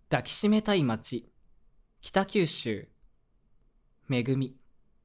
抱きしめたい街、北九州、めぐみ。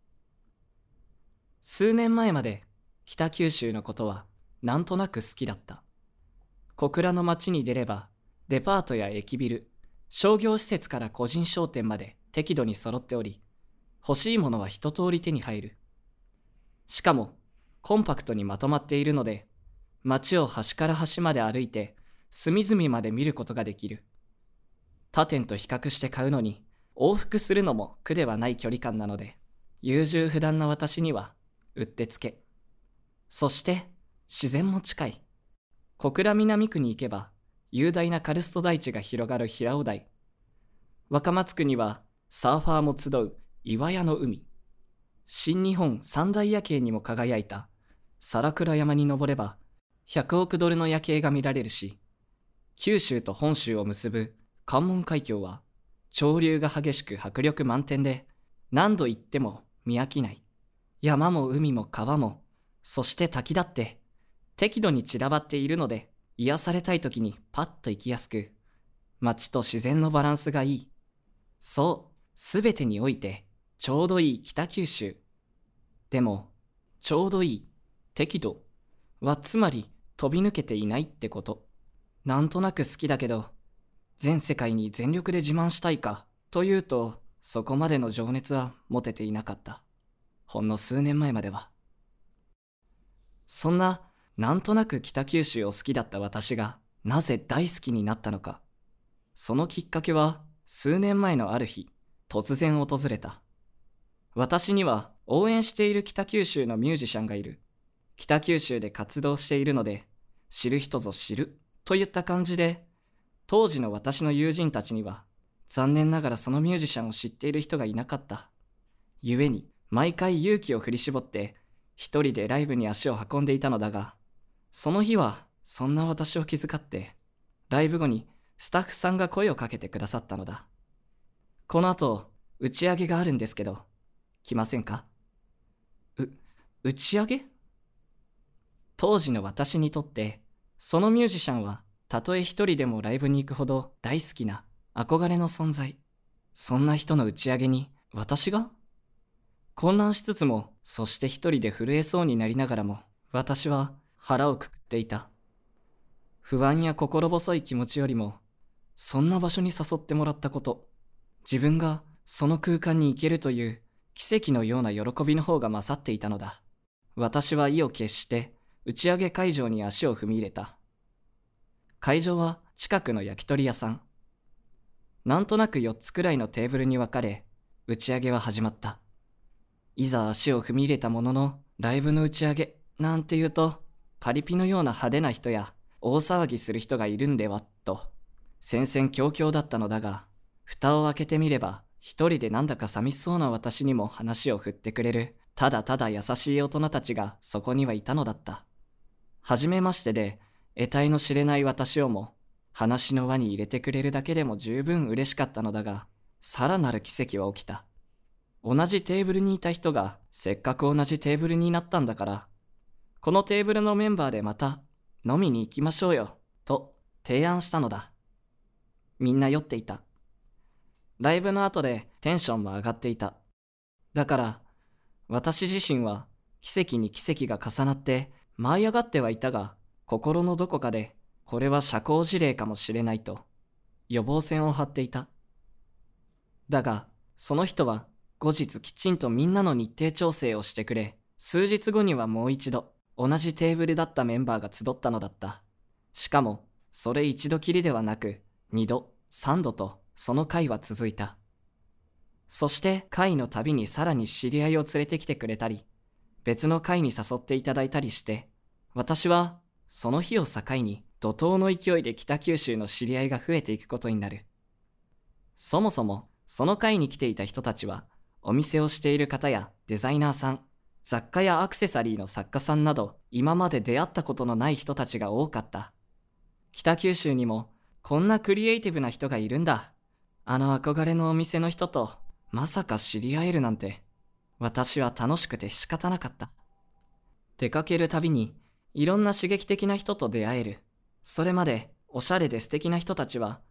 数年前まで北九州のことはなんとなく好きだった。小倉の街に出れば、デパートや駅ビル、商業施設から個人商店まで適度に揃っており、欲しいものは一通り手に入る。しかも、コンパクトにまとまっているので、街を端から端まで歩いて、隅々まで見ることができる。他店と比較して買うのに、往復するのも苦ではない距離感なので、優柔不断な私にはうってつけ。そして、自然も近い。小倉南区に行けば、雄大なカルスト大地が広がる平尾台。若松区には、サーファーも集う岩屋の海。新日本三大夜景にも輝いた皿倉山に登れば100億ドルの夜景が見られるし、九州と本州を結ぶ関門海峡は潮流が激しく迫力満点で何度行っても見飽きない。山も海も川も、そして滝だって適度に散らばっているので、癒されたい時にパッと行きやすく、街と自然のバランスがいい。そう、すべてにおいてちょうどいい北九州。でも、ちょうどいい、適度はつまり飛び抜けていないってこと。なんとなく好きだけど、全世界に全力で自慢したいかというと、そこまでの情熱は持てていなかった。ほんの数年前までは。そんな、なんとなく北九州を好きだった私が、なぜ大好きになったのか。そのきっかけは、数年前のある日、突然訪れた。私には応援している北九州のミュージシャンがいる。北九州で活動しているので、知る人ぞ知るといった感じで、当時の私の友人たちには、残念ながらそのミュージシャンを知っている人がいなかった。故に、毎回勇気を振り絞って、一人でライブに足を運んでいたのだが、その日はそんな私を気遣って、ライブ後にスタッフさんが声をかけてくださったのだ。この後、打ち上げがあるんですけど、来ませんか？打ち上げ？当時の私にとって、そのミュージシャンは、たとえ一人でもライブに行くほど大好きな憧れの存在。そんな人の打ち上げに、私が？混乱しつつも、そして一人で震えそうになりながらも、私は腹をくくっていた。不安や心細い気持ちよりも、そんな場所に誘ってもらったこと、自分がその空間に行けるという奇跡のような喜びの方が勝っていたのだ。私は意を決して打ち上げ会場に足を踏み入れた。会場は近くの焼き鳥屋さん。なんとなく4つくらいのテーブルに分かれ、打ち上げは始まった。いざ足を踏み入れたものの、ライブの打ち上げなんて言うと、パリピのような派手な人や大騒ぎする人がいるんではと、戦々恐々だったのだが、蓋を開けてみれば、一人でなんだか寂しそうな私にも話を振ってくれる、ただただ優しい大人たちがそこにはいたのだった。はじめましてで、得体の知れない私をも、話の輪に入れてくれるだけでも十分嬉しかったのだが、さらなる奇跡は起きた。同じテーブルにいた人が、せっかく同じテーブルになったんだから、このテーブルのメンバーでまた飲みに行きましょうよ、と提案したのだ。みんな酔っていた。ライブの後でテンションも上がっていた。だから、私自身は奇跡に奇跡が重なって舞い上がってはいたが、心のどこかでこれは社交辞令かもしれないと予防線を張っていた。だが、その人は後日きちんとみんなの日程調整をしてくれ、数日後にはもう一度同じテーブルだったメンバーが集ったのだった。しかも、それ一度きりではなく、二度、三度とその会は続いた。そして会のたびにさらに知り合いを連れてきてくれたり、別の会に誘っていただいたりして、私はその日を境に怒涛の勢いで北九州の知り合いが増えていくことになる。そもそもその会に来ていた人たちは、お店をしている方やデザイナーさん、雑貨やアクセサリーの作家さんなど、今まで出会ったことのない人たちが多かった。北九州にもこんなクリエイティブな人がいるんだ。あの憧れのお店の人とまさか知り合えるなんて、私は楽しくて仕方なかった。出かけるたびにいろんな刺激的な人と出会える。それまでおしゃれで素敵な人たちは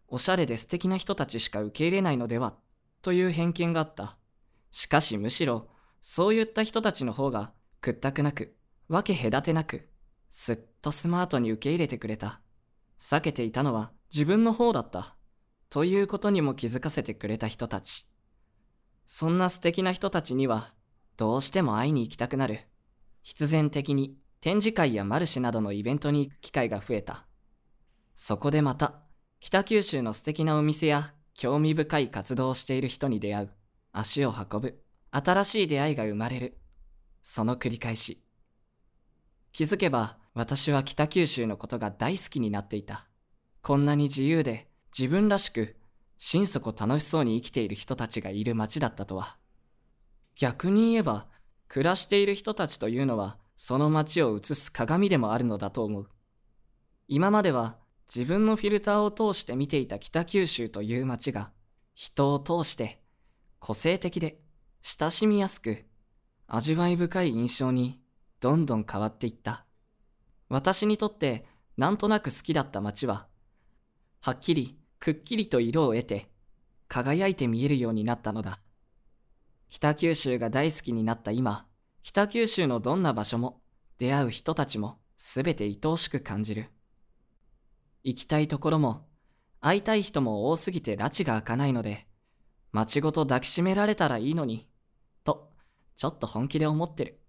おしゃれで素敵な人たちしか受け入れないのではという偏見があった。しかしむしろそういった人たちの方が屈託なく、分け隔てなく、すっとスマートに受け入れてくれた。避けていたのは自分の方だった。ということにも気づかせてくれた人たち。そんな素敵な人たちにはどうしても会いに行きたくなる。必然的に展示会やマルシェなどのイベントに行く機会が増えた。そこでまた北九州の素敵なお店や興味深い活動をしている人に出会う。足を運ぶ。新しい出会いが生まれる。その繰り返し。気づけば私は北九州のことが大好きになっていた。こんなに自由で自分らしく心底楽しそうに生きている人たちがいる街だったとは。逆に言えば暮らしている人たちというのはその街を映す鏡でもあるのだと思う。今までは自分のフィルターを通して見ていた北九州という街が人を通して個性的で親しみやすく味わい深い印象にどんどん変わっていった。私にとってなんとなく好きだった街ははっきりくっきりと色を得て輝いて見えるようになったのだ。北九州が大好きになった今、北九州のどんな場所も出会う人たちもすべて愛おしく感じる。行きたいところも会いたい人も多すぎて埒が明かないので、街ごと抱きしめられたらいいのにとちょっと本気で思ってる。